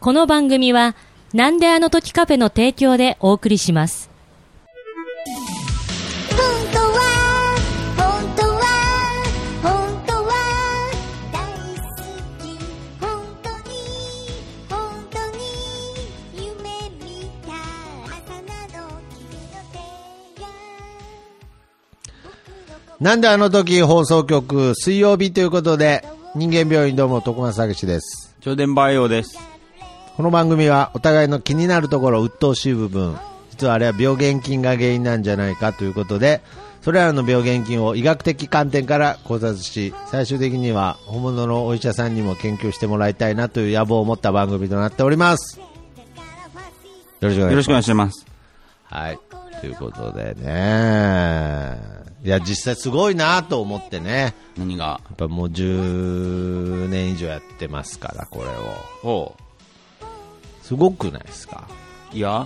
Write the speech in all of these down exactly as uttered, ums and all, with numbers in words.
この番組はなんであの時カフェの提供でお送りします。 本当は本当は本当は大好き、本当に本当に夢見た朝なの君の手が。 なんであの時放送局水曜日ということで、人間病院どうも徳松武史です。 超電培養です。 この番組はお互いの気になるところ、鬱陶しい部分、実はあれは病原菌が原因なんじゃないかということで、それらの病原菌を医学的観点から考察し、最終的には本物のお医者さんにも研究してもらいたいなという野望を持った番組となっております。よろしくお願いします。 よろしくお願いします。 はい、ということでね、いや実際すごいなと思ってね。 何が？ やっぱもうじゅうねん以上やってますからこれを。 おう、 すごくないですか？ いや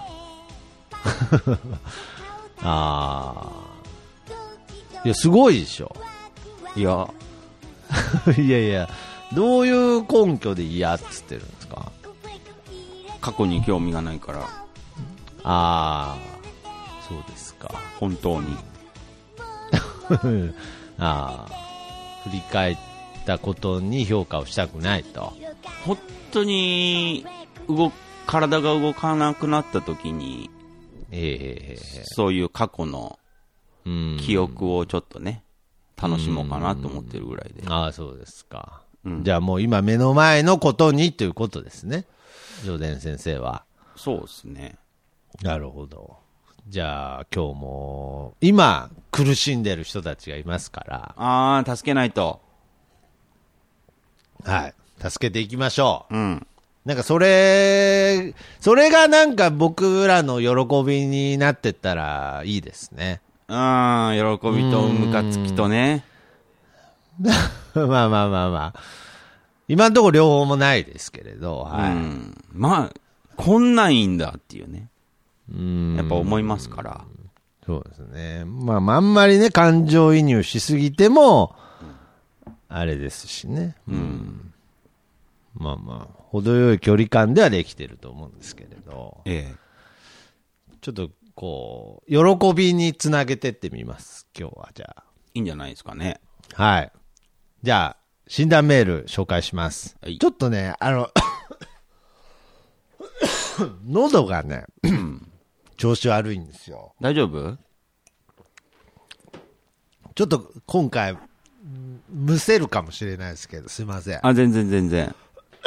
あー、いやすごいでしょ。 いやいやいや、どういう根拠で嫌っつってるんですか？ 過去に興味がないから。 あー、そうですか。 本当にあー、振り返ったことに評価をしたくないと。 本当に動体が動かなくなった時に、 えー、 そういう過去の記憶をちょっとね楽しもうかなと思ってるぐらいで。 ああ、そうですか、 うん、 じゃあもう今目の前のことにということですね、上田先生は。 そうですね。 なるほど。じゃあ今日も今苦しんでる人たちがいますから、 ああ、助けないと。 はい、助けていきましょう。 うん。 なんかそれそれがなんか僕らの喜びになってったらいいですね。 うん、喜びとムカつきとね。 まあまあまあまあ、今のところ両方もないですけれど、はい、 うん、まあこんなんいいんだっていうね、 うん、 やっぱ思いますから。 そうですね。まああんまりね感情移入しすぎてもあれですしね。うん、うん、まあまあ程よい距離感ではできてると思うんですけれど、 ええ、 ちょっとこう喜びにつなげてってみます今日は。じゃあいいんじゃないですかね。 はい、じゃあ診断メール紹介します、はい、ちょっとねあの喉がね調子悪いんですよ。 大丈夫？ ちょっと今回むせるかもしれないですけどすいません。 あ、全然全然。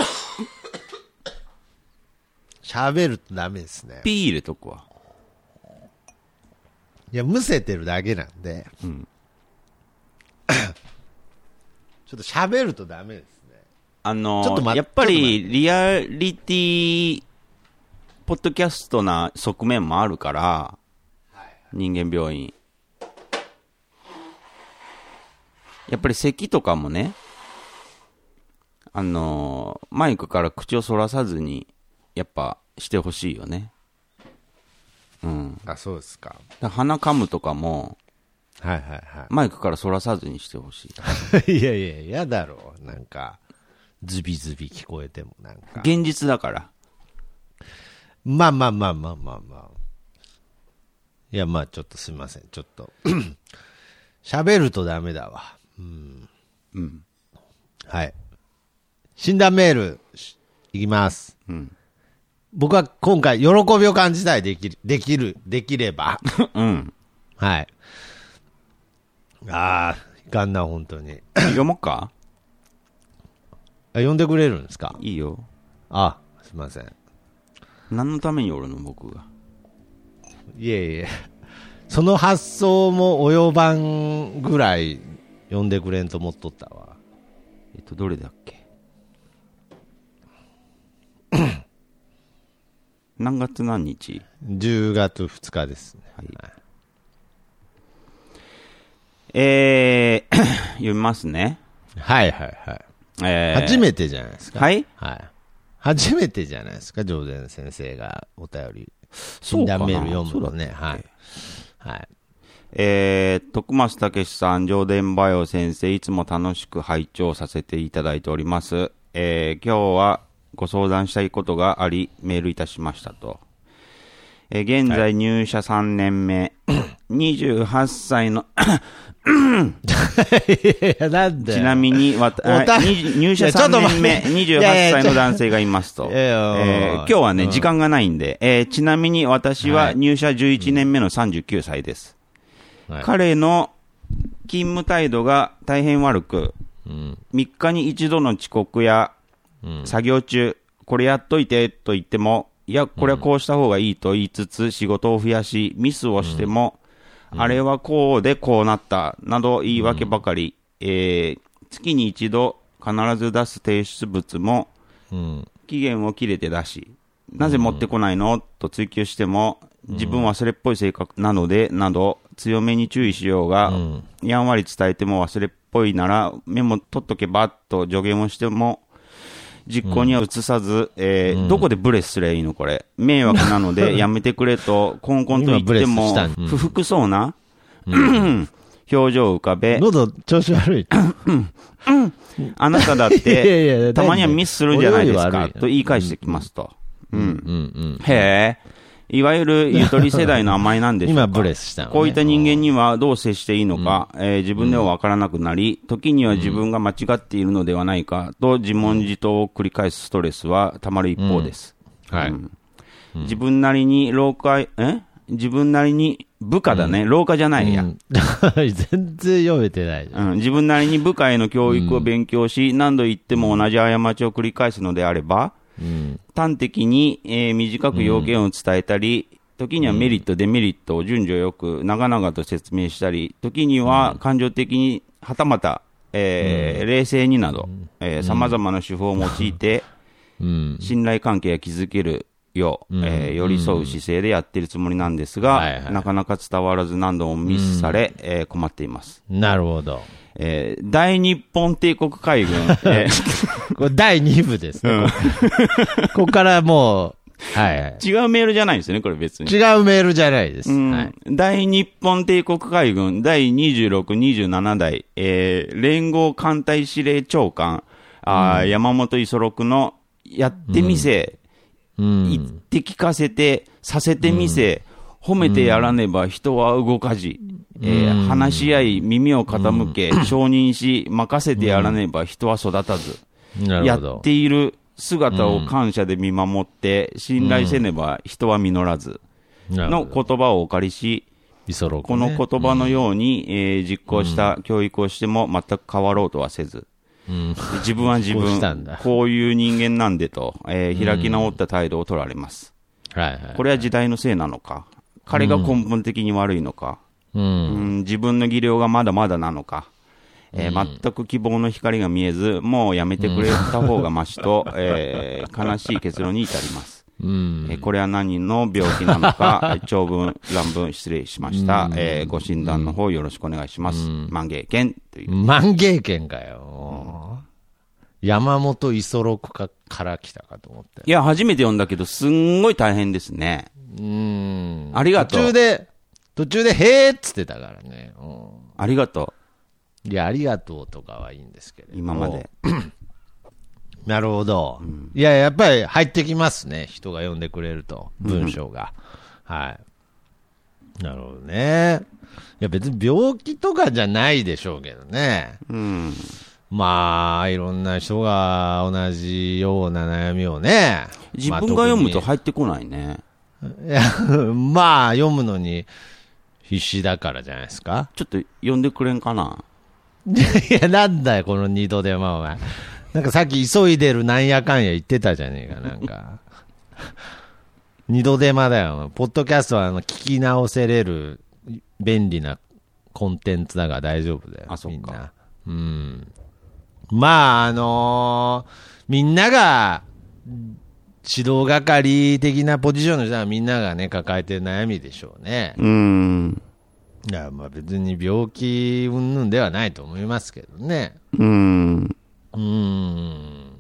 喋るとダメですね。 ピー入れとくわ。 いやむせてるだけなんで、うん、ちょっと喋るとダメですね。 あのー、ちょっと待って、やっぱりリアリティポッドキャストな側面もあるから、はいはい、人間病院やっぱり咳とかもね、あのー、マイクから口をそらさずにやっぱしてほしいよね。うん。 あ、そうですか。 だ鼻噛むとかも、 はいはいはい。 マイクからそらさずにしてほしい。いやいや、やだろう。なんか、ズビズビ聞こえてもなんか。 現実だから。 まあまあまあまあまあまあ。いや、まあちょっとすみません。ちょっと。喋るとダメだわ。うん。 うん。 はい。診断メール、いきます。うん。僕は今回喜びを感じたい。できる、できる、できれば。 うん。 はい。ああ、いかんな、本当に。 読もうか？ あ、読んでくれるんですか？ いいよ。 あ、すいません。 何のためにおるの、僕が。 いえいえ。その発想も及ばんぐらい読んでくれんと思っとったわ。 えっと、どれだっけ？何月何日？ じゅうがつふつかですね。 はい。はい、えー、読みますね。 はいはいはい。 えー、 初めてじゃないですか。 はい。 はい。初めてじゃないですか、上田先生がお便り、診断メール読むのね。はい。はい。 えー、徳増武史さん、上田バイオ先生、いつも楽しく拝聴させていただいております。えー、今日は、 ご相談したいことがあり、メールいたしましたと。えー、現在入社さんねんめ、はい、にじゅうはっさいの、 いや、なんでちなみにわた、入社さんねんめ、にじゅうはっさいの男性がいますと。えー、今日はね、うん、時間がないんで、えー、ちなみに私は入社じゅういちねんめのさんじゅうきゅうさいです。はい、彼の勤務態度が大変悪く、うん、みっかに一度の遅刻や、うん、作業中、これやっといてと言っても、いや、これはこうした方がいいと言いつつ仕事を増やし、ミスをしても、うん、あれはこうでこうなった、など言い訳ばかり、うん、えー、月に一度必ず出す提出物も、うん、期限を切れて出し、なぜ持ってこないのと追求しても、自分忘れっぽい性格なので、など、強めに注意しようが、うん、やんわり伝えても忘れっぽいなら、メモ取っとけばと助言をしても、実行には移さず、うんえーうん、どこでブレスすればいいのこれ。迷惑なのでやめてくれと、コンコンと言っても、不服そうな、うん、表情を浮かべ。 喉調子悪い。 あなただって、いやいやたまにはミスするじゃないですか、と言い返してきますと。うんうんうん、へえ。いわゆるゆとり世代の甘えなんでしょうか。 今ブレスしたのね。 こういった人間にはどう接していいのか、うんえー、自分では分からなくなり、時には自分が間違っているのではないかと自問自答を繰り返すストレスはたまる一方です。うんはいうん、自分なりに廊下、え自分なりに部下だね、うん、廊下じゃないや、うん、 全然読めてない、 うん。自分なりに部下への教育を勉強し、うん、何度言っても同じ過ちを繰り返すのであれば、うん、端的に、えー、短く要件を伝えたり、うん、時にはメリット、デメリットを順序よく長々と説明したり、時には感情的にはたまた、えーうん、冷静になど、さまざまな手法を用いて、うん、信頼関係を築けるよう、うんえー、寄り添う姿勢でやっているつもりなんですが、はいはい、なかなか伝わらず何度もミスされ、うんえー、困っています。 なるほど。 えー、大日本帝国海軍、えー、 これだいに部ですね。うん、ここからもう、はいはい、 違うメールじゃないんですよね、これ別に。 違うメールじゃないです。 うんはい、 大日本帝国海軍だいにじゅうろく、にじゅうなな代、えー、連合艦隊司令長官、あうん、山本五十六のやってみせ、うん、言って聞かせて、させてみせ、うん、褒めてやらねば人は動かじ、うんえー、話し合い耳を傾け、うん、承認し任せてやらねば人は育たず、うん、やっている姿を感謝で見守って信頼せねば人は実らずの言葉をお借りし、 うんね、 この言葉のように、うんえー、実行した教育をしても全く変わろうとはせず、うん、自分は自分こういう人間なんでと、えー、開き直った態度を取られます、うんはいはいはい、これは時代のせいなのか、彼が根本的に悪いのか、うんうん、自分の技量がまだまだなのか、えー、全く希望の光が見えず、もうやめてくれた方がましと、えー、悲しい結論に至ります、うんえー、これは何の病気なのか長文乱文失礼しました、うんえー、ご診断の方よろしくお願いします、うん、万芸軒という。 万芸軒かよ、うん、山本五十六かから来たかと思って。 いや初めて読んだけどすんごい大変ですね。うんありがとう。 途中で途中でへーっつってたからね、うん、 ありがとう。いやありがとうとかはいいんですけど今までなるほど、うん、いややっぱり入ってきますね、人が読んでくれると文章が、うん、はいなるほどね。いや別に病気とかじゃないでしょうけどね、うん、まあいろんな人が同じような悩みをね自分が読むと入ってこないね。 いやまあ読むのに必死だからじゃないですか。 ちょっと読んでくれんかな。 いやなんだよこの二度手間お前。なんかさっき急いでるなんやかんや言ってたじゃねえかなんか二度手間だよ。ポッドキャストはあの聞き直せれる便利なコンテンツだから大丈夫だよ。 あ、そっか。みんな。 うん。まああのー、みんなが指導係的なポジションの人はみんながね抱えてる悩みでしょうね。 うん。 いやまあ別に病気云々ではないと思いますけどね。 うん。 うーん。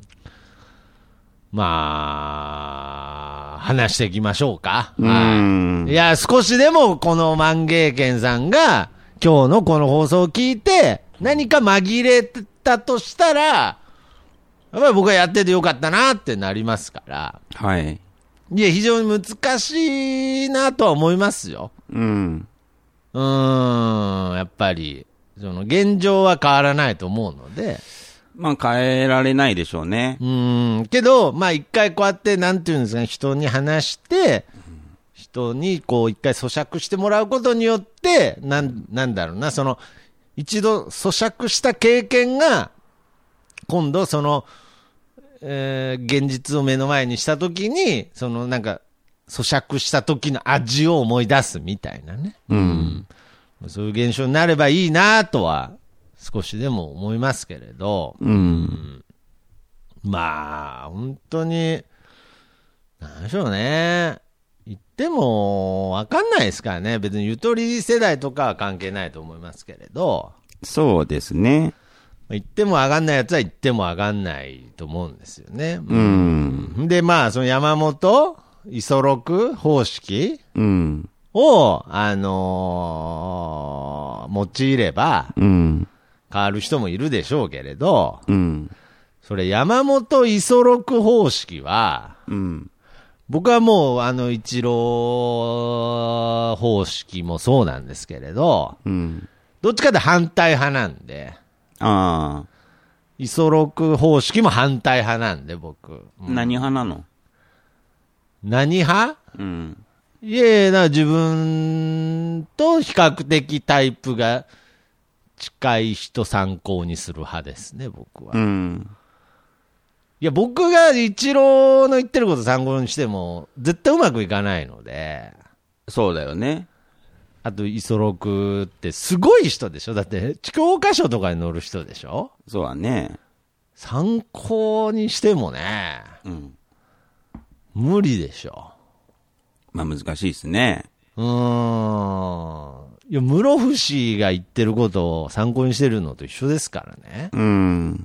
まあ話していきましょうか。 うん。 いや少しでもこの万芸軒さんが今日のこの放送を聞いて何か紛れたとしたらやっぱり僕はやっててよかったなってなりますから。 はい。 いや、非常に難しいなとは思いますよ。 うん。 うーん、やっぱり、その現状は変わらないと思うので。 まあ変えられないでしょうね。 うーん、けど、まあ一回こうやって、なんていうんですかね、人に話して、人にこう一回咀嚼してもらうことによって、なん、なんだろうな、その、一度咀嚼した経験が、今度その、えー、現実を目の前にしたときに、そのなんか、咀嚼した時の味を思い出すみたいなね。 うん。 うん、そういう現象になればいいなとは、少しでも思いますけれど。 うん。うん、 まあ、本当に、なんでしょうね。言っても、わかんないですからね。別にゆとり世代とかは関係ないと思いますけれど。 そうですね。 言っても上がんないやつは言っても上がんないと思うんですよね。 うん。 で、まあ、その山本、イソロク方式、 うん、 を、あのー、用いれば、 うん、 変わる人もいるでしょうけれど、 うん、 それ山本イソロク方式は、 うん、 僕はもう、あの、一郎方式もそうなんですけれど、 うん、 どっちかで反対派なんで、 ああ。 イソロク方式も反対派なんで、僕。 うん、何派なの？ 何派？ うん。 いやいや、自分と比較的タイプが近い人参考にする派ですね、僕は。 うん。 いや、僕が一郎の言ってること参考にしても、絶対うまくいかないので。 そうだよね。 あと、イソロクってすごい人でしょ？だって、教科書とかに載る人でしょ？ そうだね。 参考にしてもね、 うん。 無理でしょ。 まあ難しいですね。 うーん。いや、室伏が言ってることを参考にしてるのと一緒ですからね。 うん。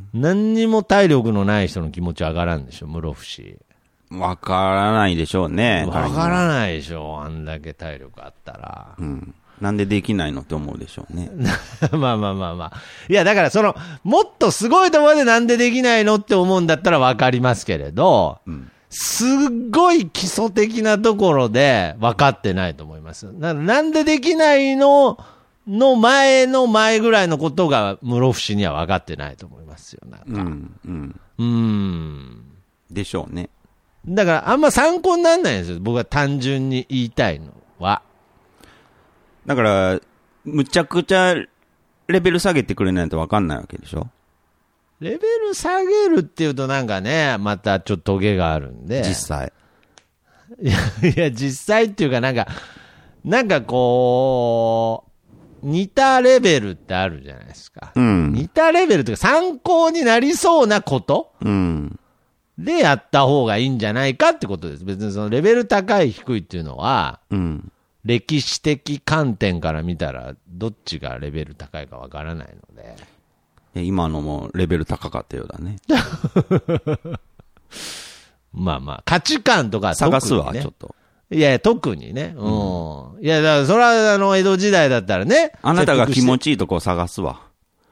何にも体力のない人の気持ち上がらんでしょ、室伏。 わからないでしょうね。 わからないでしょ、あんだけ体力あったら。 うん。なんでできないのって思うでしょうね。 まあまあまあまあ。いや、だからその、もっとすごいところでなんでできないのって思うんだったらわかりますけれど、うん、すっごい基礎的なところで分かってないと思います。な, なんでできないのの前の前ぐらいのことが室伏には分かってないと思いますよ。なんか。うん。うん。うーん。 でしょうね。 だからあんま参考にならないんですよ。僕は単純に言いたいのは。 だから、むちゃくちゃレベル下げてくれないと分かんないわけでしょ。 レベル下げるっていうとなんかね、またちょっとトゲがあるんで。 実際。 いや、いや実際っていうかなんか、なんかこう、似たレベルってあるじゃないですか。 うん。 似たレベルというか参考になりそうなこと、 うん、 でやった方がいいんじゃないかってことです。別にそのレベル高い低いっていうのは、 うん、 歴史的観点から見たらどっちがレベル高いかわからないので。 今のもレベル高かったようだね。 まあまあ、価値観とか、ね、 探すわ、ちょっと。 いやいや、特にね。うん。いや、だからそれはあの、江戸時代だったらね。 あなたが気持ちいいとこを探すわ。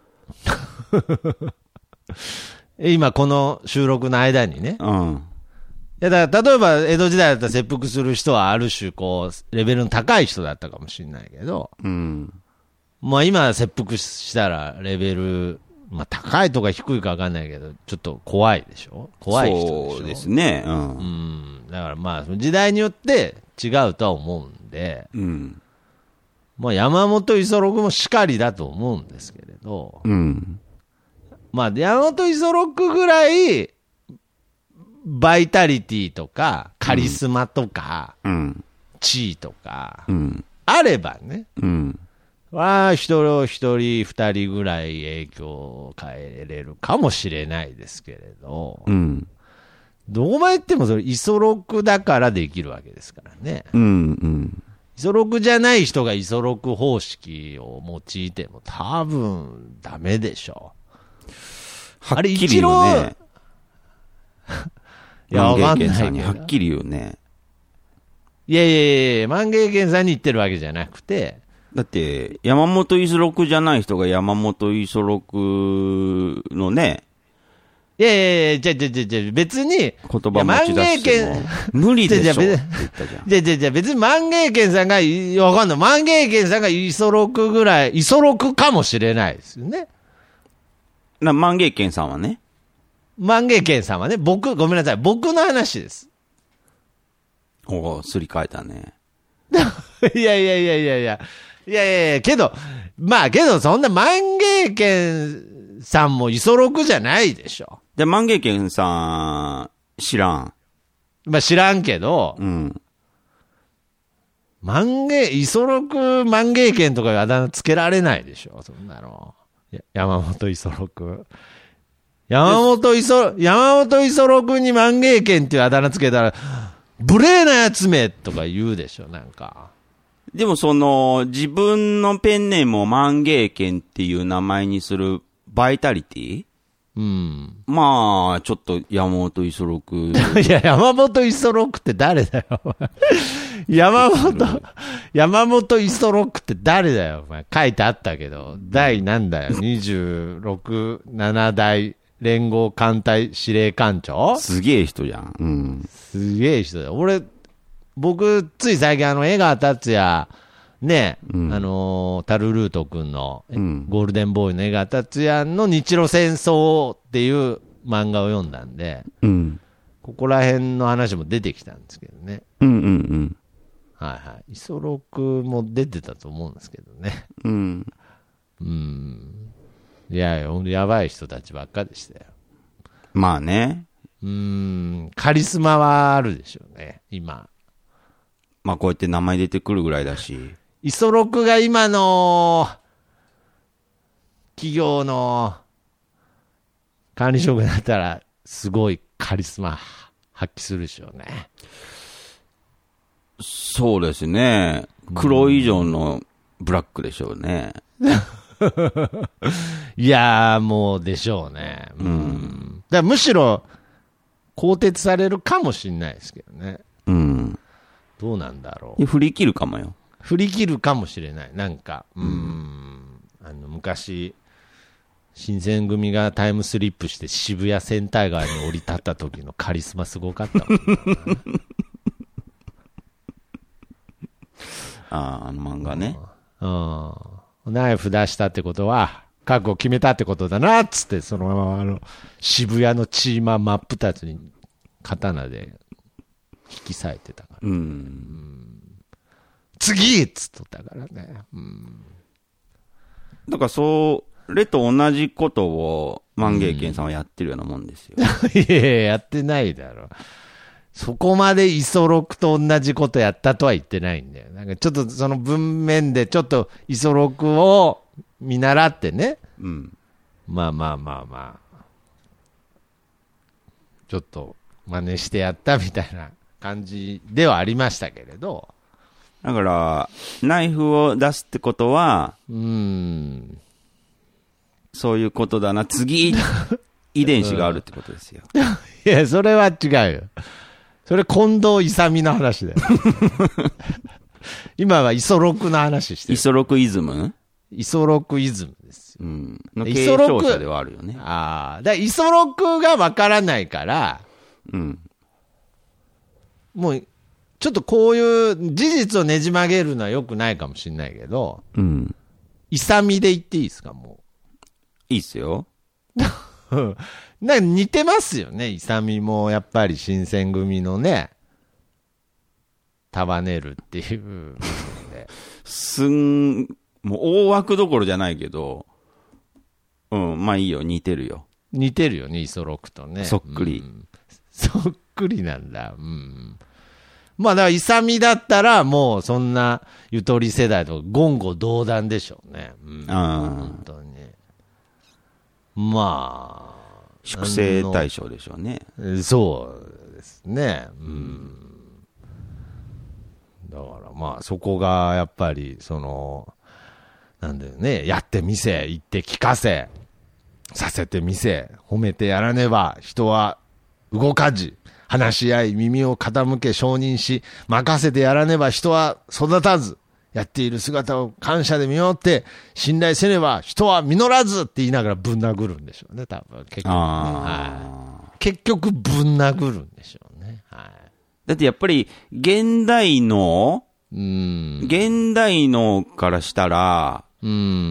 今この収録の間にね。 うん。 いや、だから例えば江戸時代だったら切腹する人はある種こう、レベルの高い人だったかもしれないけど。 うん。 まあ今切腹したらレベル、まあ高いとか低いか分かんないけど、ちょっと怖いでしょ？怖い人でしょ？ そうですね。うん。 うん。だからまあ、時代によって違うとは思うんで、 うん。 まあ山本五十六もしかりだと思うんですけれど、 うん。 まあ山本五十六ぐらい、バイタリティとか、カリスマとか、 うん。 地位とか、 うん。 あればね、 うん。 は、一人一人二人ぐらい影響を変えれるかもしれないですけれど、 うん。 どこまで言ってもそれ、イソロクだからできるわけですからね。 うん、うん。 イソロクじゃない人がイソロク方式を用いても多分ダメでしょう。 はっきり言うね。 いや、わかんないけど。 はっきり言うね。 いやいやいや、万芸健さんに言ってるわけじゃなくて、 だって、山本五十六じゃない人が山本五十六のね。 いいやいやいや、じゃじゃじゃじゃ別に、 言葉持ち出しても無理でしょって言ったじゃん。 じゃじゃじゃ別に万芸軒さんが、いわかんない。万芸軒さんが磯六ぐらい、磯六かもしれないですよね。 な、万芸軒さんはね。 万芸軒さんはね、僕、ごめんなさい。僕の話です。 おお、すり替えたね。 いやいやいやいやいや。いやいやいや、けど、まあけど、そんな万芸軒さんも磯六じゃないでしょ。 じゃあ、万芸軒さん、知らん。 まあ知らんけど、 うん。 万芸、磯六万芸軒とかあだ名つけられないでしょ、そんなの。や山本磯六。山本磯、山本磯六に万芸軒っていうあだ名つけたら、無礼なやつめとか言うでしょ、なんか。 でもその、自分のペンネームを万芸軒っていう名前にするバイタリティ？ うん。 まあ、ちょっと山本五十六。 いや、山本五十六って誰だよ。山本、山本五十六って誰だよ、お前。書いてあったけど、第なんだよ、にじゅうろく、なな代連合艦隊司令官長？ すげえ人じゃん。うん。 すげえ人だよ。俺、僕、つい最近、あの、江川達也、ね、うん、あのー、タルルート君の、うん、ゴールデンボーイの江川達也の日露戦争っていう漫画を読んだんで、うん、ここら辺の話も出てきたんですけどね。 うんうんうん。 はいはい。磯六も出てたと思うんですけどね。 うん。 うん。いやいや、ほんとやばい人たちばっかでしたよ。 まあね。 うーん、カリスマはあるでしょうね、今。 まあこうやって名前出てくるぐらいだし。 磯六が今の企業の管理職になったらすごいカリスマ発揮するでしょうね。 そうですね。黒以上のブラックでしょうね。 いやーもうでしょうね。うん。うん、だからむしろ更迭されるかもしれないですけどね。 うん。 どうなんだろう。 振り切るかもよ。 振り切るかもしれない。なんか、うーん、あの昔、新選組がタイムスリップして渋谷センター街に降り立った時のカリスマすごかったもんな。 ああ、あの漫画ね。 うん。ナイフ出したってことは、覚悟決めたってことだなっつって、そのままあの渋谷のチーマー真っ二つに刀で引き裂いてたから。 うん。 うん次っつっとったからね。うん。 だからそれと同じことを万芸軒さんはやってるようなもんですよ。 いやいや、やってないだろ。そこまで磯六と同じことやったとは言ってないんだよ。なんかちょっとその文面でちょっと磯六を見習ってね。 うん。 まあまあまあまあ。ちょっと真似してやったみたいな感じではありましたけれど。 だから、ナイフを出すってことは、 うーん。 そういうことだな。次、遺伝子があるってことですよ。 いや、それは違うよ。それ近藤勇の話だよ。今は磯六の話してる。 磯六イズム？ 磯六イズムですよ。 うん。の継承者ではあるよね。 ああ。だから磯六がわからないから、 うん。 もう、ちょっとこういう事実をねじ曲げるのは良くないかもしれないけど、 うん。 勇みで言っていいですか、もう。いいっすよ。 なんか似てますよね、勇みもやっぱり新選組のね、束ねるっていう。 すん、もう大枠どころじゃないけど、うん、まあいいよ、似てるよ。 似てるよね、磯六とね。 そっくり。うん、 そっくりなんだ。うん。まあだから、勇みだったら、もうそんなゆとり世代と言語道断でしょうね。うん、本当に。まあ。 粛清対象でしょうね。 そうですね。うん。だからまあそこがやっぱり、その、なんだよね、やってみせ、言って聞かせ、させてみせ、褒めてやらねば人は動かじ。話し合い、耳を傾け、承認し、任せてやらねば人は育たず、 やっている姿を感謝で見守って、信頼せねば人は実らずって言いながらぶん殴るんでしょうね、多分。結局、ねはい、結局ぶん殴るんでしょうね。はい、 だってやっぱり、現代の、 うん。 現代のからしたら、うん。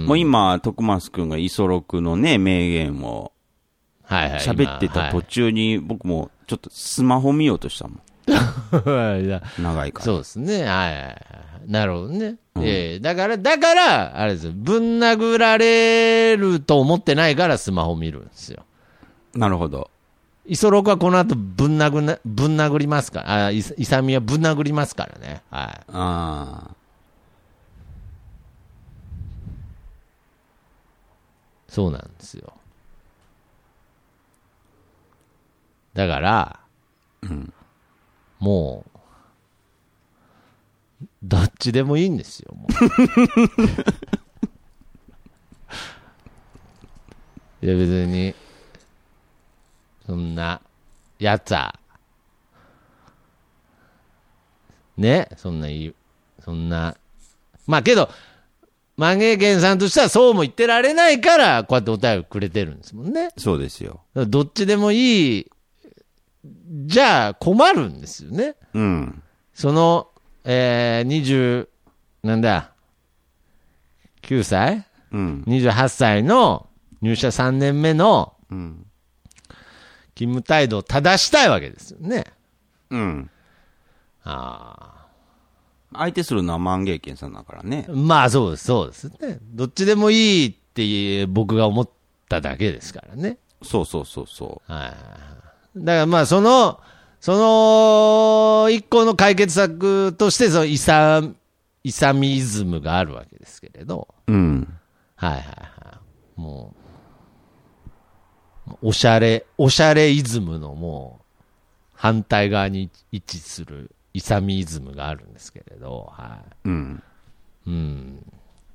もう今、徳松くんがイソロクのね、名言を、はいはい。喋ってた途中に、僕もちょっとスマホ見ようとしたもん。長いから。 そうですね。はいはいはい。なるほどね。うん、えー、だから、だから、あれですよ。ぶん殴られると思ってないからスマホ見るんですよ。 なるほど。 イソロクはこの後ぶん殴な、ぶん殴りますから、あ、イサミはぶん殴りますからね。はい。ああ。そうなんですよ。だから、うん、もう、どっちでもいいんですよ、もう。いや、別に、そんな、やつは、ね、そんな、そんな、まあけど、万芸軒さんとしてはそうも言ってられないから、こうやってお便りくれてるんですもんね。 そうですよ。 どっちでもいい、じゃあ困るんですよね。うん。その、えー、にじゅう、なんだ、きゅうさい、うん、にじゅうはっさいの入社さんねんめの、うん、勤務態度を正したいわけですよね。うん。ああ。 相手するのは万芸軒さんだからね。 まあそうです、そうですね。どっちでもいいって僕が思っただけですからね。 そうそうそうそう。 はい。だからまあその、その一個の解決策としてそのイサ、イサミイズムがあるわけですけれど。うん。はいはいはい。もう、おしゃれ、おしゃれイズムのもう反対側に位置するイサミイズムがあるんですけれど。はい。うん。うん。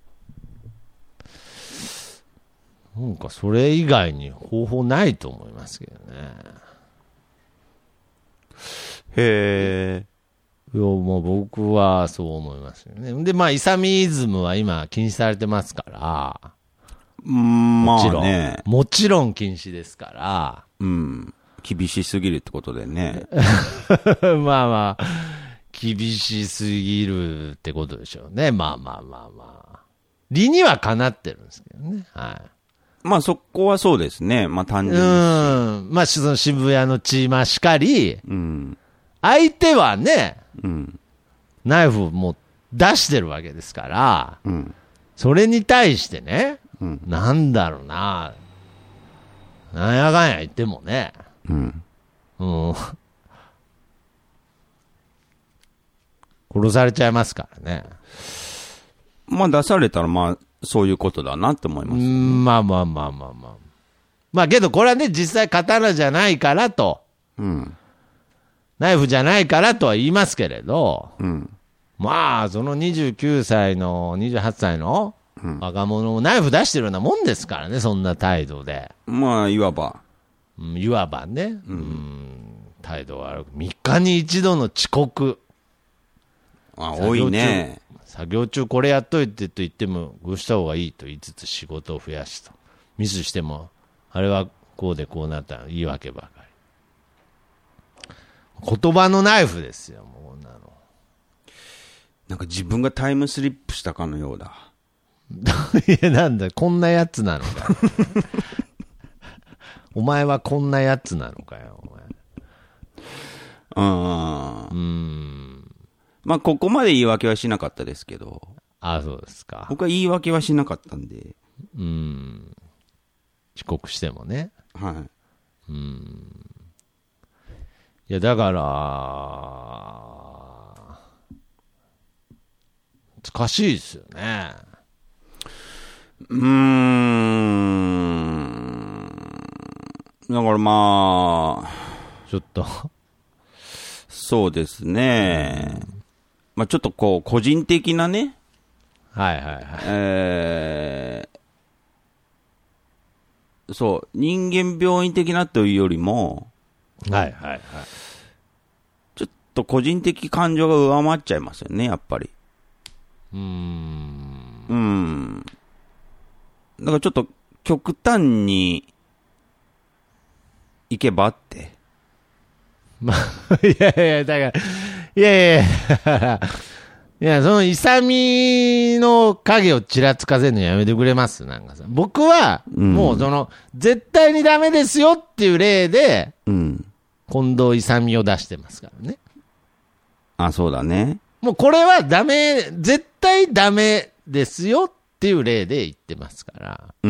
なんかそれ以外に方法ないと思いますけどね。 へえ。 いや、もう僕はそう思いますよね。で、まあ、イサミイズムは今禁止されてますから。 うん、まあね。 もちろん禁止ですから。 うん。厳しすぎるってことでね。 まあまあ、厳しすぎるってことでしょうね。まあまあまあまあ。理にはかなってるんですけどね。はい。 まあそこはそうですね。まあ単純に。 うん。まあその渋谷のチーマーしかり、うん、相手はね、うん、ナイフも出してるわけですから、うん、それに対してね、うん、なんだろうな、なんやかんや言ってもね、うん。うん。殺されちゃいますからね。 まあ出されたらまあそういうことだなって思います、ね。 まあまあまあまあまあ。まあけどこれはね、実際刀じゃないからと、うん、ナイフじゃないからとは言いますけれど、うん、まあそのにじゅうきゅうさいのにじゅうはっさいの若者もナイフ出してるようなもんですからね、そんな態度で。 まあいわば。 いわばね、うん、うん態度悪く、みっかに一度の遅刻。 あ、多いね。 作業中これやっといてと言っても、こうした方がいいと言いつつ仕事を増やすと。ミスしても、あれはこうでこうなったら言い訳ばかり。言葉のナイフですよ、もうこんなの。 なんか自分がタイムスリップしたかのようだ。 いや、なんだ、こんなやつなのか。お前はこんなやつなのかよ、お前。 ああ。うん。まあ、ここまで言い訳はしなかったですけど。 ああ、そうですか。 僕は言い訳はしなかったんで。 うん。遅刻してもね。 はい。 うん。いや、だから、難しいですよね。 うーん。だからまあ、 ちょっと。 そうですね。まあちょっとこう、個人的なね。 はいはいはい。 えー、そう、人間病院的なというよりも、 はいはいはい。 ちょっと個人的感情が上回っちゃいますよね、やっぱり。 ううーん。 うん。だからちょっと極端に行けばって。 まあ、いやいや、だから、いやいや、いや、その勇みの影をちらつかせるのやめてくれますなんかさ。僕は、もうその、うん、絶対にダメですよっていう例で、うん、近藤勇を出してますからね。 あ、そうだね。 もうこれはダメ、絶対ダメですよっていう例で言ってますから。うん。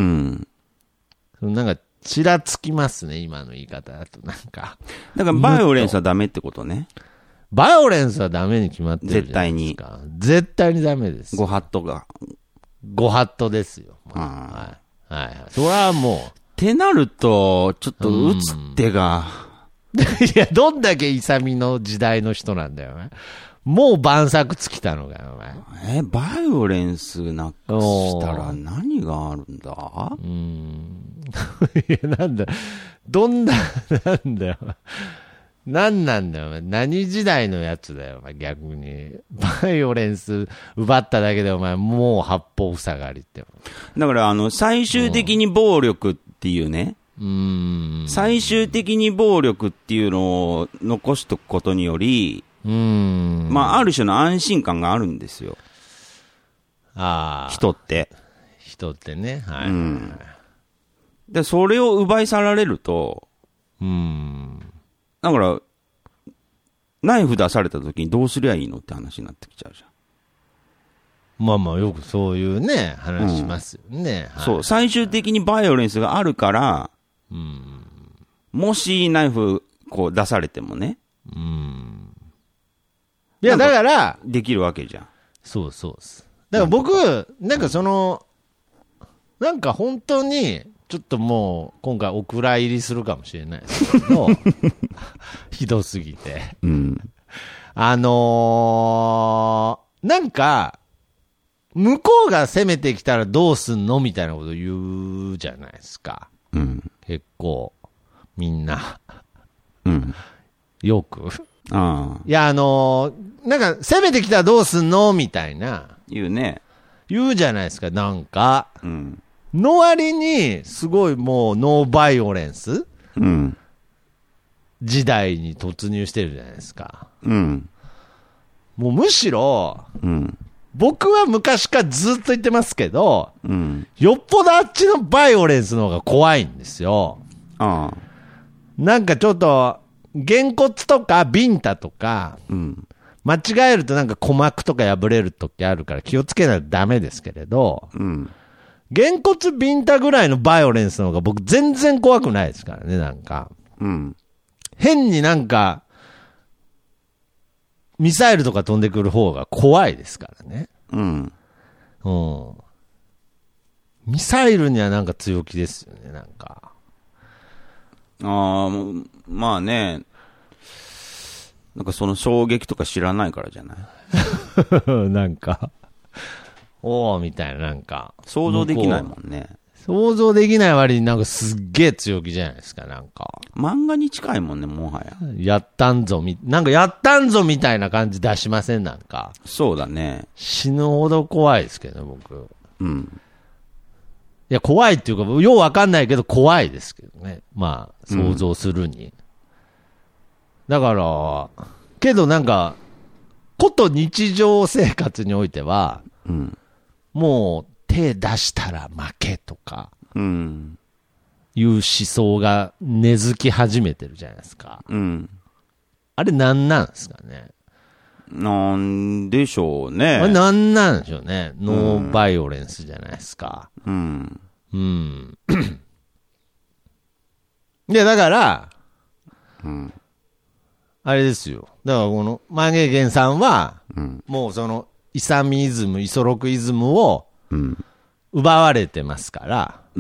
なんか、ちらつきますね、今の言い方だとなんか。 だからバイオレンスはダメってことね。 バイオレンスはダメに決まってるじゃないですか。絶対に。絶対にダメです。 ごハットが。 ごハットですよ。まあ、はい。はい。それはもう。 ってなると、ちょっと打つ手が。 いや、どんだけ勇みの時代の人なんだよね。もう晩作尽きたのかよ、お前。 え、バイオレンスなくしたら何があるんだ？ うーん。いや、なんだ、どんな、なんだよ。なんなんだよ、お前。何時代のやつだよ、お前、逆に。バイオレンス奪っただけで、お前、もう八方塞がりって。 だから、あの、最終的に暴力っていうね。 うーん。 最終的に暴力っていうのを残しとくことにより、うーん、まあ、ある種の安心感があるんですよ。ああ。人って。 人ってね。はい。うん、 で、それを奪い去られると、 うーん。 だから、ナイフ出された時にどうすりゃいいのって話になってきちゃうじゃん。まあまあ、よくそういうね、話しますよね。 うん、はい、そう、最終的にバイオレンスがあるから、うん、もしナイフこう出されてもね、うん、 いや、だから、 できるわけじゃん。 そうそうです。だから僕、なんかその、なんか本当に、ちょっともう、今回お蔵入りするかもしれないですけど、ひどすぎて。うん、あのー、なんか、向こうが攻めてきたらどうすんのみたいなこと言うじゃないですか。うん、結構、みんな。うん、よく。ああ、いや、あのー、なんか、攻めてきたらどうすんのみたいな。 言うね。 言うじゃないですか、なんか。うん。の割に、すごいもう、ノーバイオレンス、うん、時代に突入してるじゃないですか。うん。もうむしろ、うん、僕は昔からずっと言ってますけど、うん、よっぽどあっちのバイオレンスの方が怖いんですよ。ああ。なんかちょっと、げんこつとかビンタとか、うん、間違えるとなんか鼓膜とか破れるときあるから気をつけないとダメですけれど、うん、げんこつビンタぐらいのバイオレンスの方が僕全然怖くないですからね、なんか。うん、変になんか、ミサイルとか飛んでくる方が怖いですからね。うん。うん。ミサイルにはなんか強気ですよね、なんか。 ああ、まあね。なんかその衝撃とか知らないからじゃないなんか、おーみたいな、なんか。 想像できないもんね。 想像できない割になんかすっげえ強気じゃないですか、なんか。 漫画に近いもんね、もはや。 やったんぞ、み、なんかやったんぞみたいな感じ出しません、なんか。 そうだね。 死ぬほど怖いですけど、僕。うん。いや、怖いっていうか、ようわかんないけど怖いですけどね。まあ、想像するに。うん、だから、けどなんか、こと日常生活においては、うん、もう手出したら負けとか、うん、いう思想が根付き始めてるじゃないですか。うん、あれなんなんですかね。 なんでしょうね。 あれなんなんでしょうね。ノーバイオレンスじゃないですか。うん。うん。で、だから、うん、あれですよ。だからこの、万華鏡さんは、うん、もうその、イサミイズム、イソロクイズムを、奪われてますから、うん、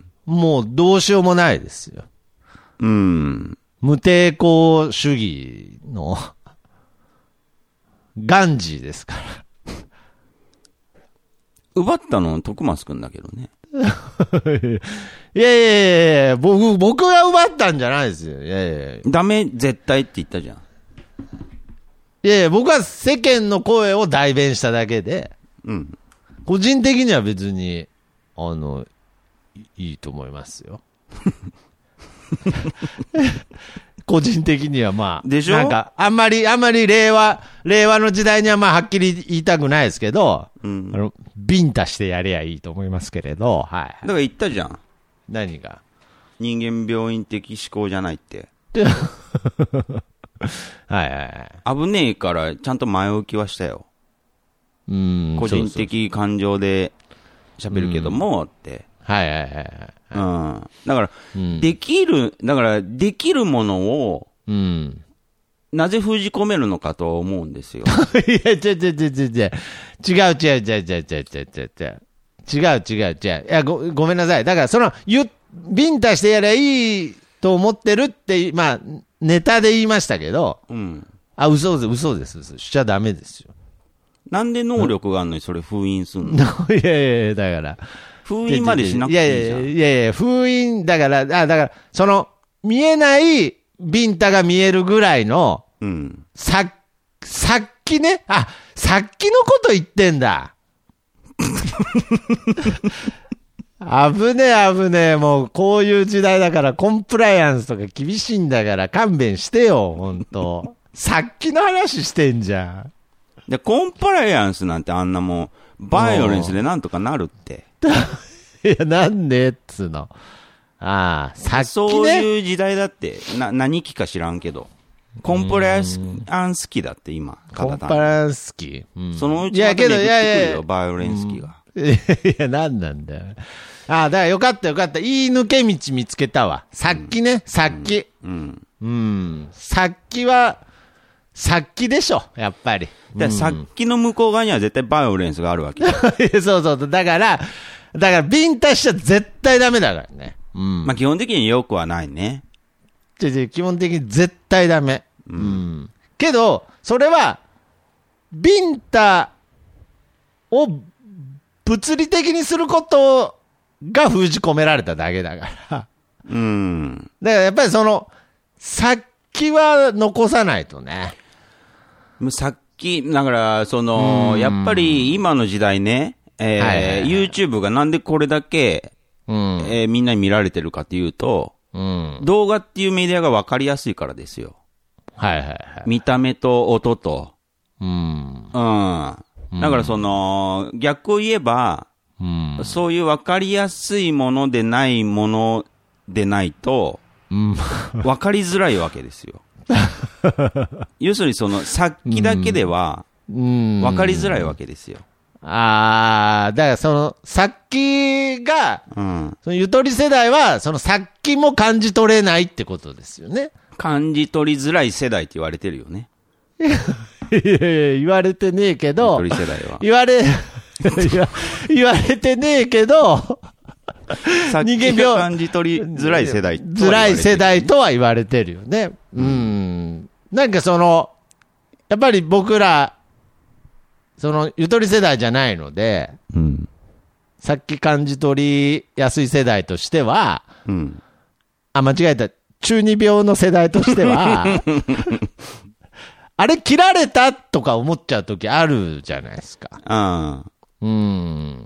もうどうしようもないですよ。うん、無抵抗主義の、ガンジーですから。 奪ったの徳松くんだけどね。 いやいやいや僕、僕が奪ったんじゃないですよ。いやいやいやダメ、絶対って言ったじゃん。 いやいや、僕は世間の声を代弁しただけで。 うん。 個人的には別に、あの、いいいと思いますよ。個人的にはまあ、 でしょ？ なんか、あんまり、あんまり令和、令和の時代にはまあ、はっきり言いたくないですけど、 うん。 あの、ビンタしてやればいいと思いますけれど、はい。 だから言ったじゃん。 何が？ 人間病院的思考じゃないって。 はいはいはい。 危ねえから、ちゃんと前置きはしたよ。 うん。 個人的感情で喋るけども、って。 はいはいはいはい。 うん。だから、 うん、 できる、だから、できるものを、 うん。 なぜ封じ込めるのかと思うんですよ。 いや、ちゃちゃちゃちゃちゃ。違う違う違う違う違う違う違う違う。違う違う違う。いや、ご、ごめんなさい。だから、その、ゆ、ビンタしてやればいいと思ってるって、まあ、ネタで言いましたけど、 うん。 あ、嘘です、嘘です、嘘しちゃダメですよ。 なんで能力があるのにそれ封印すんの？ いやいやいや、だから。 封印までしなくていいじゃん。 いやいやいやいや、封印、だから、あ、だから、その、見えないビンタが見えるぐらいの、 うん。 さ、さっきね、あ、さっきのこと言ってんだ。危ねえ危ねえ、もうこういう時代だからコンプライアンスとか厳しいんだから勘弁してよ、ほんと。さっきの話してんじゃん。 で、コンプライアンスなんてあんなもん、バイオレンスでなんとかなるって。 いや、なんでっつうの。ああ、さっきね。 そういう時代だって、な、何期か知らんけど。コンプライアンス期だって今。 コンプライアンス期、うん、 そのうちまた巡ってくるよ、いやいやいやバイオレンス期が。 うん、いや、なんなんだよ。ああ、だからよかったよかった。いい抜け道見つけたわ。さっきね、さっき。うん。うん。さっきは、さっきでしょ、やっぱり。 だからさっきの向こう側には絶対バイオレンスがあるわけ。 そうそう。だから、だからビンタしちゃ絶対ダメだからね。うん。 まあ基本的によくはないね。 じゃじゃ基本的に絶対ダメ。うん。うん、けど、それは、ビンタを物理的にすることが封じ込められただけだから。 うん。 だからやっぱりその、さっきは残さないとね。 さっき、だから、その、やっぱり今の時代ね、えーはいはいはい、YouTube がなんでこれだけ、うんえー、みんなに見られてるかっていうと、うん、動画っていうメディアが分かりやすいからですよ。 はいはいはい。 見た目と音と。 うん。 うん。だからその、逆を言えば、うん、そういう分かりやすいものでないものでないと、うん、分かりづらいわけですよ。要するにその、さっきだけでは、分かりづらいわけですよ。 ああ、だからその、さっきが、うん、そのゆとり世代は、そのさっきも感じ取れないってことですよね。 感じ取りづらい世代って言われてるよね。 いやいや言われてねえけど、 ゆとり世代は。 言われ、言われてねえけど、 さっきが感じ取りづらい世代とは言われてる。 づらい世代とは言われてるよね。うん。うん、なんかその、やっぱり僕ら、その、ゆとり世代じゃないので、うん、さっき感じ取りやすい世代としては、うん、あ、間違えた。中二病の世代としては、あれ切られたとか思っちゃうときあるじゃないですか。 あうん。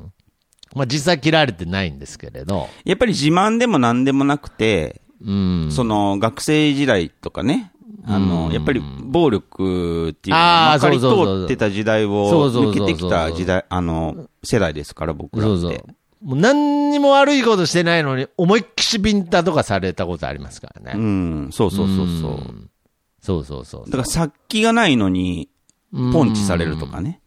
まあ実際切られてないんですけれど。 やっぱり自慢でも何でもなくて、うん、その学生時代とかね、あの、やっぱり暴力っていうのがまかり通ってた時代を抜けてきた時代、あの、世代ですから、僕らって。そうそうもう何にも悪いことしてないのに、思いっきしビンタとかされたことありますからね。 うん、そうそうそうそう。うそうそうそう。 だから殺気がないのに、ポンチされるとかね。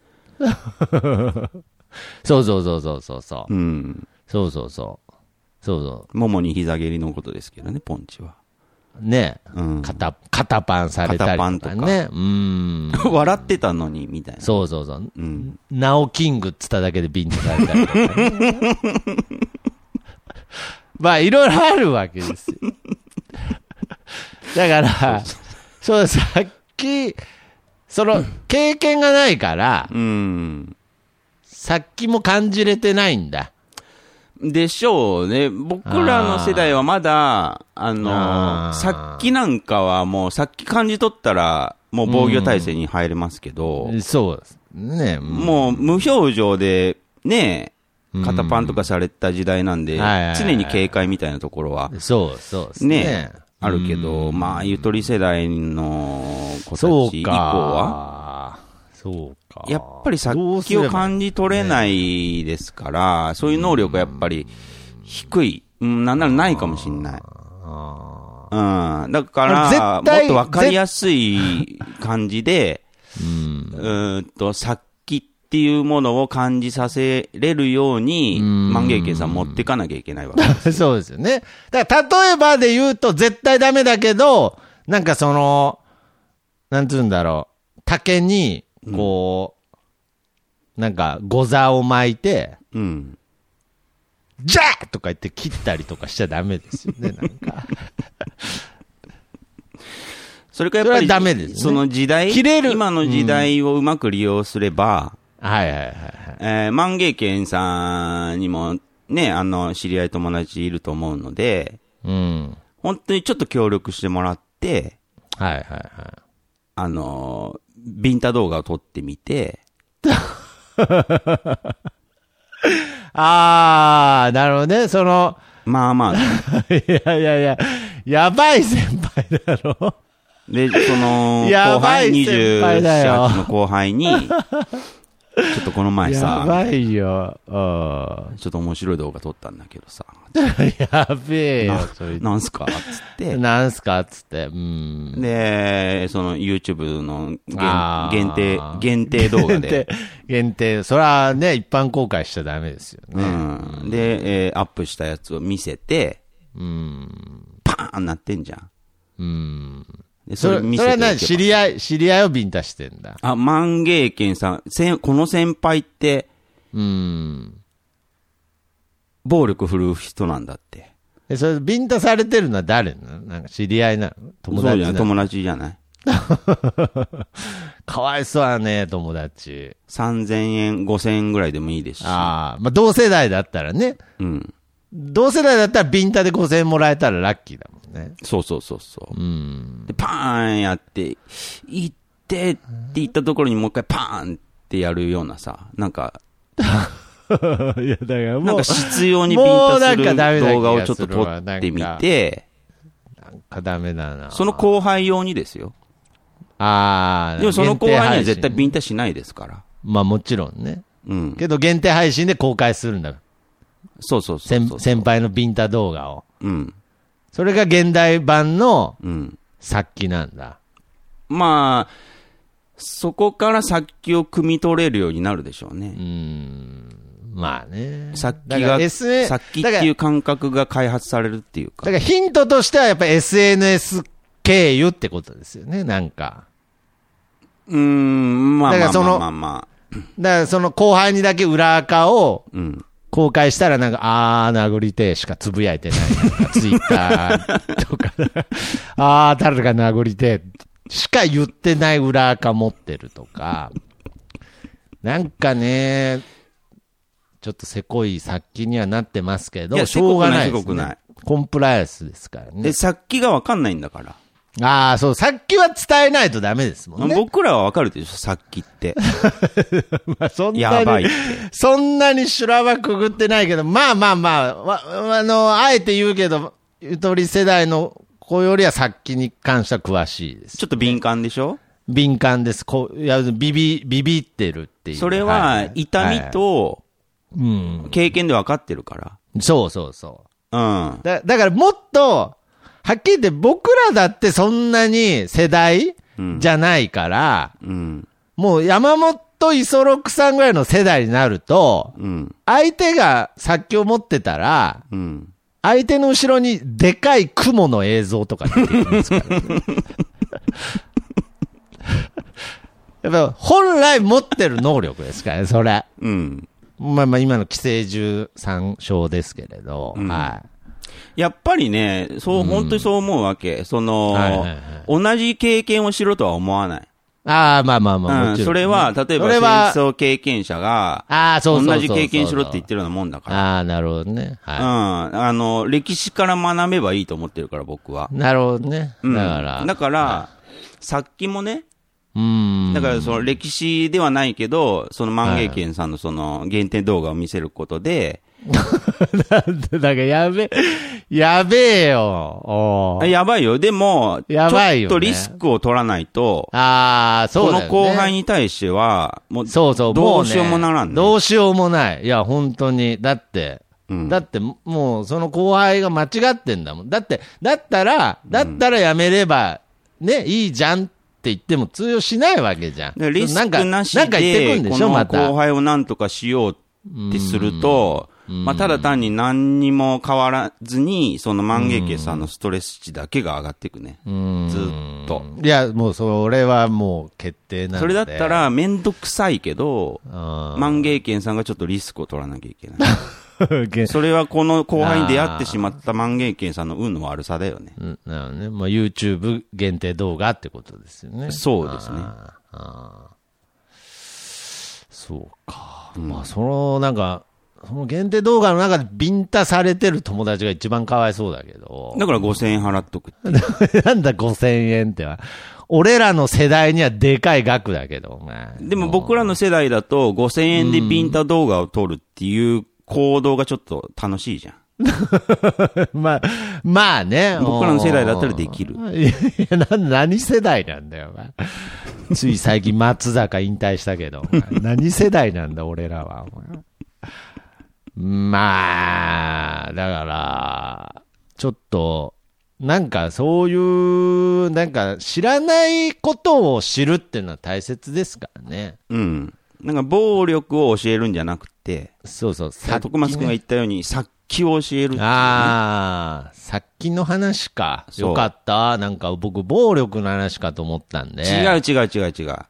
そうそうそうそうそうそう。 うん。 そうそうそう。そうそう。 ももに膝蹴りのことですけどね、ポンチは。 ねえ、うん、肩、肩パンされたりとかね。肩パンとか。うん。 笑ってたのに、みたいな。 そうそうそう。うん。ナオキングっつっただけでビンタされたりとか、ね。まあ、いろいろあるわけですよ。だから、そう、さっき、その、経験がないから、うん。さっきも感じれてないんだ。 でしょうね。僕らの世代はまだ、あの、さっきなんかはもう、さっき感じ取ったら、もう防御体制に入れますけど。 うん、そう。 ね、うん、 もう無表情で、ね、肩パンとかされた時代なんで、うん、常に警戒みたいなところは、 そうそうですね。 ね、あるけど、うん、まあ、ゆとり世代の子たち以降は、 そうか。 やっぱり殺気を感じ取れないですから、そういう能力がやっぱり低い。うん、なんならないかもしれない。うん。だから、もっとわかりやすい感じで、うん、うーんと、殺気っていうものを感じさせれるように、万芸家さん持っていかなきゃいけないわけです。 そうですよね。だから例えばで言うと絶対ダメだけど、なんかその、なんつうんだろう、竹に、こう、うん、なんか、ゴザを巻いて、うん。じゃーとか言って切ったりとかしちゃダメですよね、なんか。 それかやっぱり、 ダメですね、 その時代、切れる今の時代をうまく利用すれば、 うん、はいはいはいはい。 えー、万芸家さんにも、ね、あの、知り合い友達いると思うので、うん。本当にちょっと協力してもらって、 はいはいはい。 あの、ビンタ動画を撮ってみて。 あー、なるほどね。その。 まあまあ、ね。 いやいやいや、やばい先輩だろ。 で、その、後輩、にじゅうなな、はちの後輩に、ちょっとこの前さ、 やばいよ。 ちょっと面白い動画撮ったんだけどさ。 やべえよ、それ。 なんすかつって。 なんすかつって。うん。 で、その YouTube の限定、限定動画で。 限定、それはね、一般公開しちゃダメですよね。 うん。で、えー、アップしたやつを見せて、うん。パーンなってんじゃん。うん。 それ、それは何知り合い、知り合いをビンタしてんだ。 あ、万芸家さん、せん、この先輩って、 うん。 暴力振るう人なんだって。 え、それ、ビンタされてるのは誰なの？なんか知り合いなの？友達なの？そうじゃない、 友達じゃない。 かわいそうだね、友達。 さんぜんえん、ごせんえんぐらいでもいいですし。 ああ、まあ、同世代だったらね。うん。同世代だったらビンタでごせんえんもらえたらラッキーだもんね。 そうそうそうそう。うん。で、パーンやって、行ってって言ったところにもう一回パーンってやるようなさ、なんか、いや、だからもう、なんか必要にビンタする動画をちょっと撮ってみて、 なんかダメだな。 その後輩用にですよ。 ああ、 でもその後輩には絶対ビンタしないですから。 まあもちろんね。うん。けど限定配信で公開するんだ。 そうそうそうそう。 先輩のビンタ動画を。うん。それが現代版の殺気なんだ。 うん、まあ、そこから殺気を汲み取れるようになるでしょうね。うん。 まあね。 殺気が、S、殺気っていう感覚が開発されるっていうか。 だからヒントとしてはやっぱ エスエヌエス 経由ってことですよね、なんか。 うーん、まあまあまあまあまあ。 だからその後輩にだけ裏垢を公開したらなんか、あー殴りてしかつぶやいてない。ツイッターとか。あー誰か殴りてしか言ってない裏垢持ってるとか。なんかね、ちょっとせこい殺気にはなってますけど、しょうがないですね。コンプライアンスですからね。 で、殺気がわかんないんだから。 ああ、そう、殺気は伝えないとダメですもんね。 僕らはわかるでしょ、殺気って。 まあそんなに、 やばいって。 そんなに修羅場くぐってないけど、まあまあまあ、わあの、あえて言うけど、ゆとり世代の子よりは殺気に関しては詳しいです、ね。 ちょっと敏感でしょ？ 敏感です。こういやビビ、ビビってるっていう。 それは、痛みと、うん、経験で分かってるから。 そうそうそう。 うん。 だ、だからもっと、はっきり言って僕らだってそんなに世代じゃないから、うんうん、もう山本五十六さんぐらいの世代になると、うん、相手が殺気を持ってたら、うん、相手の後ろにでかい雲の映像とか出てくるんですから、ね。やっぱ本来持ってる能力ですからね、それ。うん。まあまあ今の寄生獣参照ですけれど、うん、はい。 やっぱりね、そう、うん、本当にそう思うわけ。その、はいはいはい、同じ経験をしろとは思わない。 ああ、まあまあまあ、もちろん、ね。 それは、例えば戦争経験者が、ああ、そうそうそうそう。同じ経験しろって言ってるようなもんだから。 ああ、なるほどね。 はい。うん。あの、歴史から学べばいいと思ってるから、僕は。 なるほどね。 だから。うん、だから、はい、殺気もね、 うーん。 だからその歴史ではないけど、その万芸軒さんのその限定動画を見せることで、 なんで、だからやべえ、やべえよ。おーやばいよ。でも、 やばいよねちょっとリスクを取らないと、 ああ、そうだよね。 この後輩に対しては、もう、 そうそう、 どうしようもならんね。 どうしようもない。いや、本当に。だって、 うんだって、もう、その後輩が間違ってんだもん。だって、だったら、だったらやめれば、ね、いいじゃんって言っても通用しないわけじゃん。 でリスクなしなんか言ってくで、 んでこのしょまた後輩をなんとかしようってすると、まあ、ただ単に何にも変わらずに、その万芸家さんのストレス値だけが上がっていくね。ずっと。 いや、もうそれはもう決定なので。 それだったら、めんどくさいけど、 うん万芸家さんがちょっとリスクを取らなきゃいけない。それはこの後輩に出会ってしまった万芸家さんの運の悪さだよね。 うんなるほどね。まあ、YouTube 限定動画ってことですよね。 そうですね。 あーあーそうか。まあ、その、なんか、その限定動画の中でビンタされてる友達が一番かわいそうだけど。 だからごせんえん払っとくって。 なんだごせんえんっては。俺らの世代にはでかい額だけど、お前。 でも僕らの世代だとごせんえんでビンタ動画を撮るっていう行動がちょっと楽しいじゃん。 まあ、まあね。 僕らの世代だったらできる。 いや、な、何世代なんだよ、お前。つい最近松坂引退したけど、お前何世代なんだ、俺らは。お前まあ、だから、ちょっと、なんかそういう、なんか知らないことを知るっていうのは大切ですからね。 うん。なんか暴力を教えるんじゃなくて、 そうそう、 さっき、徳松君が言ったように、殺気を教えるっていうね。 ああ、さっきの話か。 そうよかった。なんか僕、暴力の話かと思ったんで。 違う違う違う違う。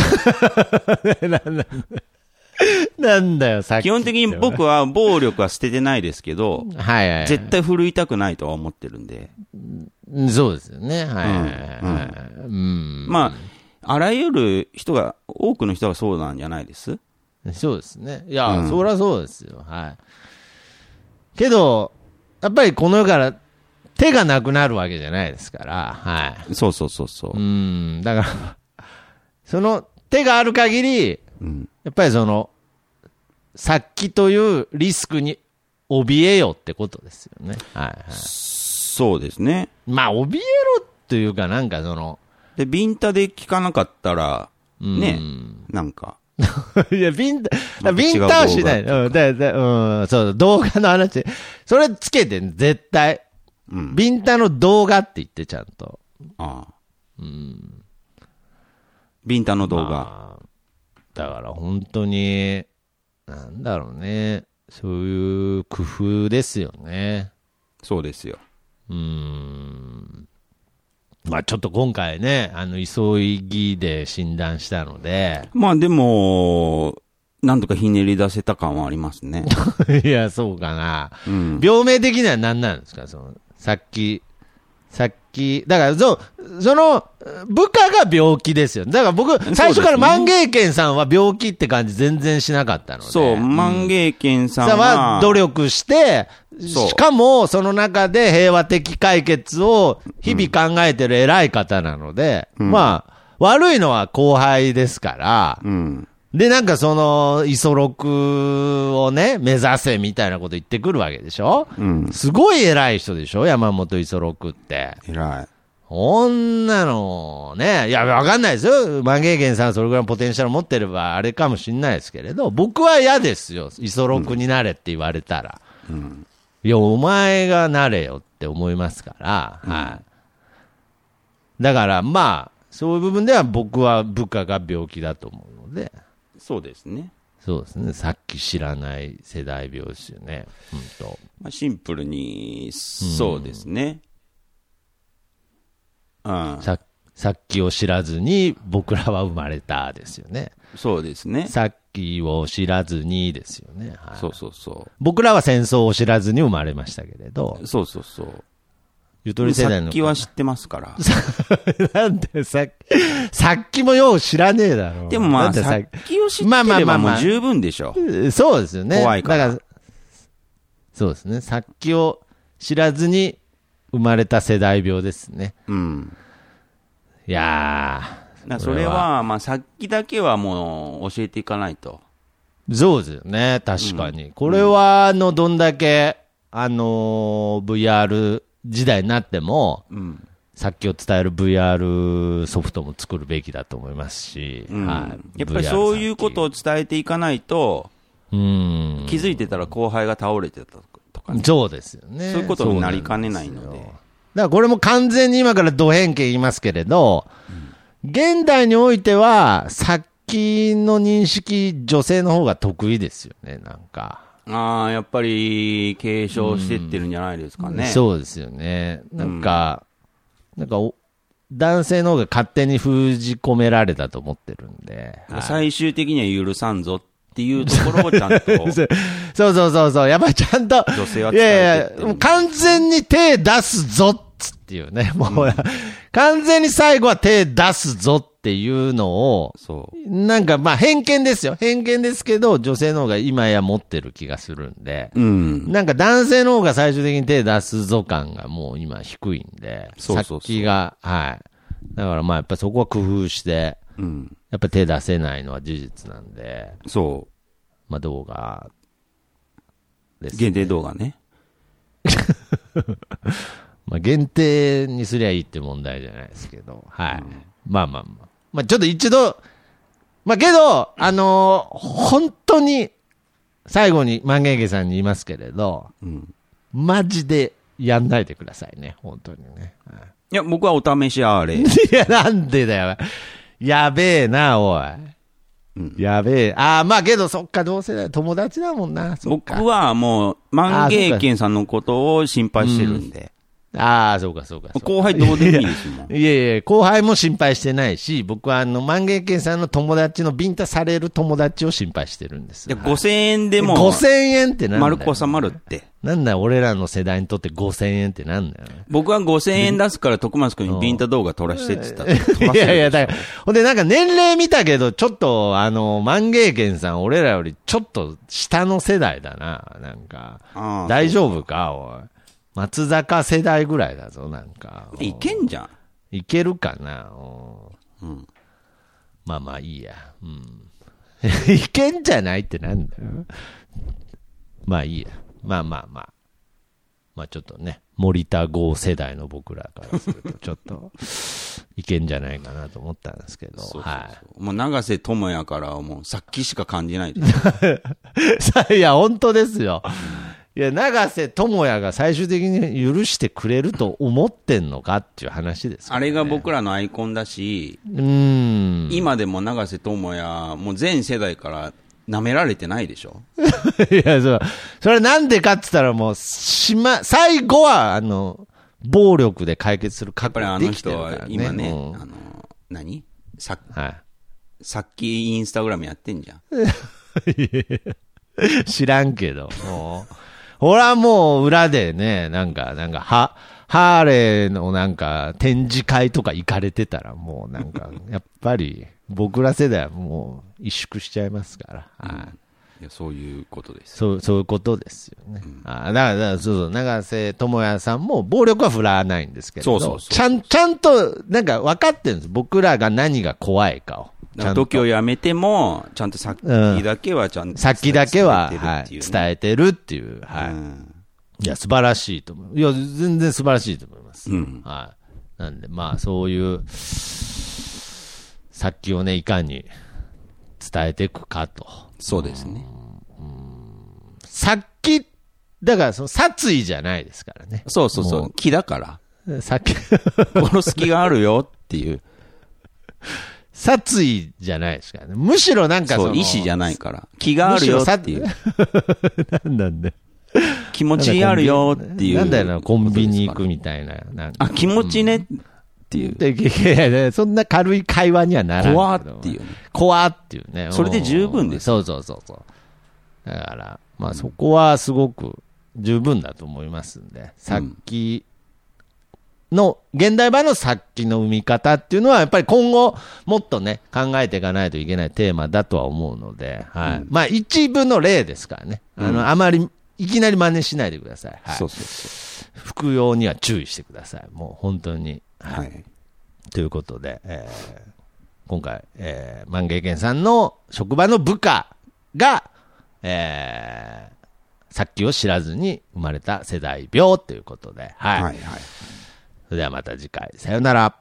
なんだよ、さっき。 基本的に僕は暴力は捨ててないですけど、 はいはい。 絶対振るいたくないとは思ってるんで。 対。そうですよね。はいはいはい。うん。 まあ、あらゆる人が、多くの人がそうなんじゃないですそうですね。いや、 うんそりゃそうですよ。はい。けど、やっぱりこの世から手がなくなるわけじゃないですから、はい。 そうそうそうそう。 うん。だから、その手がある限り、 うん。 やっぱりその、殺気というリスクに怯えよってことですよね。はいはい。 そうですね。 まあ、怯えろっていうか、なんかその、 で、ビンタで聞かなかったら、ねうん、 なんか。 いや、ビンタ、 また違うビンタはしない。うん、で、で、うん、そう、動画の話。それつけてん、絶対。 うん。 ビンタの動画って言って、ちゃんと。 ああ。うん。ビンタの動画。 まあだから本当に、なんだろうね。そういう工夫ですよね。 そうですよ。 うーん。まあちょっと今回ね、あの、急ぎで診断したので。 まあでも、なんとかひねり出せた感はありますね。 いや、そうかな。 うん。 病名的には何なんですかその、さっき、さっき、だから、そう、その、部下が病気ですよ。だから僕、最初から万芸軒さんは病気って感じ全然しなかったので。 そう、万芸軒さんさんは、 は努力して、 そうしかも、その中で平和的解決を日々考えてる偉い方なので、 うんまあ、悪いのは後輩ですから、 うん。 で、なんかその、イソロクをね、目指せみたいなこと言ってくるわけでしょうん。 すごい偉い人でしょ山本イソロクって。 偉い。 こんなの、ね、いや、わかんないですよ。万芸軒さんはそれぐらいのポテンシャル持ってればあれかもしんないですけれど、僕は嫌ですよ。イソロクになれって言われたら。 うん。 いや、お前がなれよって思いますから、はい。だから、まあ、そういう部分では僕は部下が病気だと思うので、 そうですね。 そうですね。さっき知らない世代病ですよね。本当。 まあ、シンプルに、そうですね。うん。 さ、さっきを知らずに僕らは生まれたですよね。 そうですね。 さっきを知らずにですよね。はい、 そうそうそ僕らは戦争を知らずに生まれましたけれどう。、そうそうそう。 ゆとり世代の。 さっきは知ってますから。 なんでさっき、さっきもよう知らねえだろ。 でもまあ、 なんでさっきを知ってまあまあれまあまあばもう十分でしょ。 そうですよね。 怖いからだから、そうですね。さっきを知らずに生まれた世代病ですね。 うん。 いやー、 だそれは、まあ、さっきだけはもう教えていかないと。 そうですよね、確かに。うん、これは、あの、どんだけ、あのー、ブイアール 時代になっても、うん、殺気を伝える ブイアール ソフトも作るべきだと思いますし、うんはい、 やっぱりそういうことを伝えていかないと、うん、気づいてたら後輩が倒れてたとか、ね、 そうですよね。 そういうことになりかねないので。 だからこれも完全に今からド偏見言いますけれど、うん、現代においては、殺気の認識、女性の方が得意ですよね、なんか。 ああ、やっぱり継承してってるんじゃないですかね。 うん、そうですよね。なんか、うん、なんかお、男性の方が勝手に封じ込められたと思ってるんで。 はい、最終的には許さんぞっていうところをちゃんと。 そうそうそうそう。やっぱりちゃんと。 女性は伝えてって。 いやいや、もう完全に手出すぞっていうね。もう、うん、完全に最後は手出すぞっていうのを、そう。なんかまあ偏見ですよ。偏見ですけど、女性の方が今や持ってる気がするんで。うん。なんか男性の方が最終的に手出すぞ感がもう今低いんで。そうそうそう。先が、はい。だからまあやっぱそこは工夫して、うん。やっぱ手出せないのは事実なんで。 そう。 まあ動画ですね。 限定動画ね。 まあ限定にすりゃいいって問題じゃないですけど。はい。うん、まあまあまあ。まあちょっと一度、まあけど、あのー、本当に、最後に万元家さんに言いますけれど、うん、マジでやんないでくださいね。本当にね。はい、 いや、僕はお試しあれ。 いや、なんでだよ。やべえな、おい。うん、やべえ。ああ、まあけど、そっか、どうせだよ。友達だもんな。 僕はもう、万芸軒さんのことを心配してるんで。 ああ、そうか、そうか。 後輩どうでもいいですもん。 いやいや、後輩も心配してないし、僕はあの、万芸軒さんの友達のビンタされる友達を心配してるんです。 いや、ごせんえんでも。 ごせんえんってなんだよ。 丸く収まるって。 なんだよ、俺らの世代にとってごせんえんってなんだよ。 僕はごせんえん出すから徳松君にビンタ動画撮らしてって言ったら。 いやいや、だから、ほんでなんか年齢見たけど、ちょっと、あの、万芸軒さん、俺らよりちょっと下の世代だな。なんか、大丈夫か、おい。松坂世代ぐらいだぞ、なんか。 いけんじゃん。いけるかな。うん。まあまあいいや。うん。いけんじゃないってなんだよ。まあいいや。まあまあまあ。まあちょっとね、森田剛世代の僕らからすると、ちょっと、いけんじゃないかなと思ったんですけど。そうそうそうはい。 もう長瀬智也からはもうさっきしか感じないです。 いや、本当ですよ。いや、長瀬智也が最終的に許してくれると思ってんのかっていう話です、ね、 あれが僕らのアイコンだし、うーん今でも長瀬智也、もう全世代から舐められてないでしょいや、そう。それなんでかって言ったらもう、しま、最後は、あの、暴力で解決する覚悟できてるからね。やっぱりあの人は今ね、うん、あの、 何さ、 はい、 さっきインスタグラムやってんじゃん。 知らんけど、もう。ほらもう裏でね、なんか、なんか、は、ハーレーのなんか展示会とか行かれてたらもうなんか、やっぱり僕ら世代はもう萎縮しちゃいますから。 うん、いやそういうことです。 そう、そういうことですよね。うん、あだから、だからそうそう、長瀬智也さんも暴力は振らわないんですけど、そうそうそうちゃん、ちゃんとなんか分かってるんです。僕らが何が怖いかを。 度胸やめても、ちゃんとさっきだけはちゃんと、 さっきだけは、はい、伝えてるっていう、はい。うん、いや、素晴らしいと思う。いや、全然素晴らしいと思います。うん、はい。なんで、まあ、そういう、さっきをね、いかに伝えていくかと。 そうですね。 うん、さっき、だから、その殺意じゃないですからね。 そうそうそう。気だから。 さっき。 殺す気があるよっていう。 殺意じゃないですからね。むしろなんかその。 そう、意志じゃないから。気があるよっていう。 なんなんだよ。 気持ちあるよっていう。 なんだよな、コンビニ行くみたいな。なんあ、気持ちねっていう。 で、いやいや、そんな軽い会話にはならない。 怖っていうね。 怖っていうね。 それで十分です。 そうそうそうそう。だから、まあそこはすごく十分だと思いますんで、さっき、の、現代版の殺気の生み方っていうのは、やっぱり今後、もっとね、考えていかないといけないテーマだとは思うので、はい。うん、まあ、一部の例ですからね。あの、うん、あまり、いきなり真似しないでください。はい。そうそうそう。服用には注意してください。もう、本当に。はい。はい、ということで、えー、 今回、えー、万華軒さんの職場の部下が、えー、さっきを知らずに生まれた世代病ということで、はい。はいはい、それではまた次回、さよなら。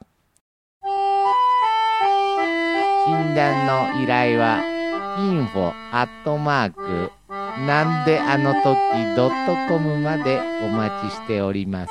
診断の依頼は、インフォアットマーク、なんであの時ドットコムまでお待ちしております。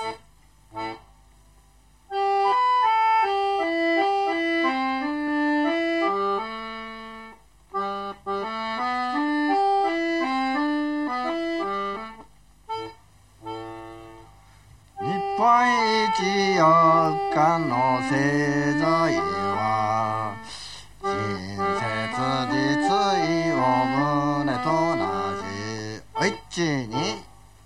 日本一四日の製材は親切実意を胸となしおいちに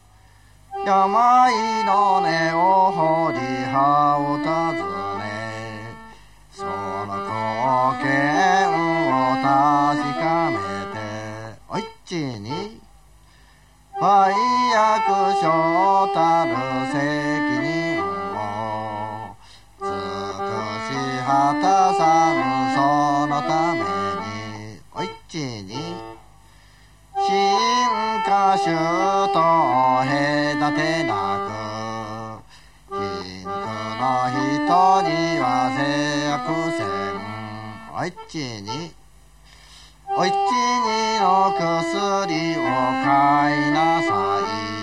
病の根を掘り葉を尋ねその貢献を確かめておいちに売約所たる責任を尽くし果たさぬそのためにおいちに進化種と隔てなく貧苦の人には制約せんおいちにおいちにの薬を買いなさい